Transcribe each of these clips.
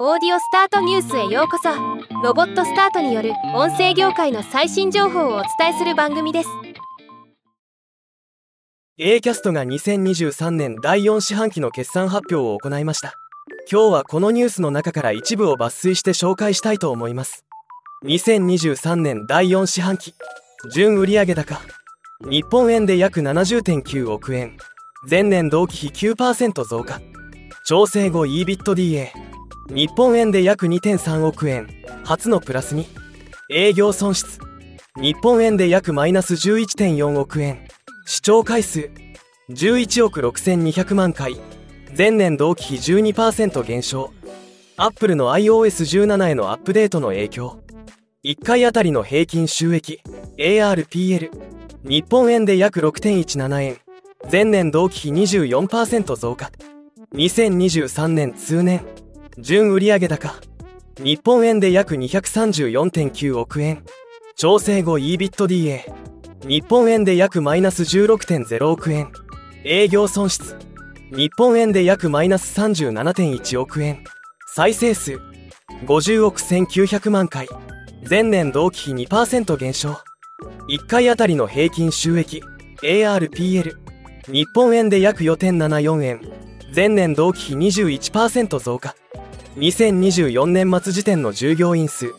オーディオスタートニュースへようこそ。ロボットスタートによる音声業界の最新情報をお伝えする番組です。 A キャストが2023年第4四半期の決算発表を行いました。今日はこのニュースの中から一部を抜粋して紹介したいと思います。2023年第4四半期純売上高日本円で約 70.9 億円、前年同期比 9% 増加。調整後 EBITDA日本円で約 2.3 億円、初のプラスに。営業損失日本円で約マイナス 11.4 億円。視聴回数11億6200万回、前年同期比 12% 減少。アップルの iOS17 へのアップデートの影響。1回あたりの平均収益 ARPL 日本円で約 6.17 円、前年同期比 24% 増加。2023年通年純売上高日本円で約 234.9 億円。調整後 EBITDA日本円で約マイナス 16.0 億円。営業損失日本円で約マイナス 37.1 億円。再生数50億1900万回、前年同期比 2% 減少。1回あたりの平均収益 ARPL 日本円で約 4.74 円、前年同期比 21% 増加。2024年末時点の従業員数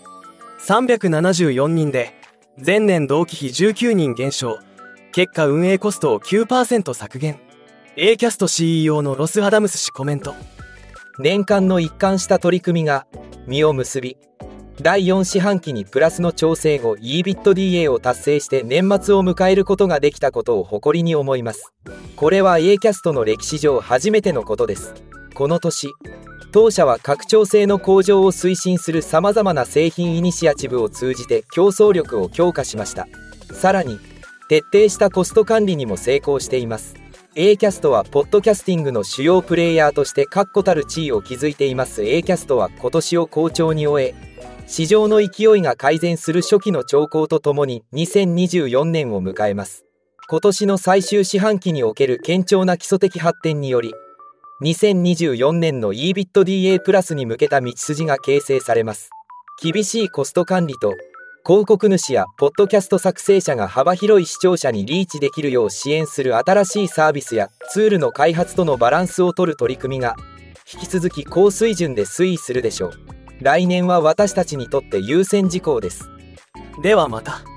374人で、前年同期比19人減少。結果運営コストを 9% 削減。 A キャスト CEO のロス・アダムス氏コメント。 年間の一貫した取り組みが実を結び、第4四半期にプラスの調整後 EBITDA を達成して年末を迎えることができたことを誇りに思います。これは A キャストの歴史上初めてのことです。この年、当社は拡張性の向上を推進するさまざまな製品イニシアチブを通じて競争力を強化しました。さらに徹底したコスト管理にも成功しています。 A キャストはポッドキャスティングの主要プレイヤーとして確固たる地位を築いています。 A キャストは今年を好調に終え、市場の勢いが改善する初期の兆候とともに2024年を迎えます。今年の最終四半期における堅調な基礎的発展により、2024年の EBITDA プラスに向けた道筋が形成されます。厳しいコスト管理と広告主やポッドキャスト作成者が幅広い視聴者にリーチできるよう支援する新しいサービスやツールの開発とのバランスを取る取り組みが引き続き高水準で推移するでしょう。来年は私たちにとって優先事項です。 ではまた。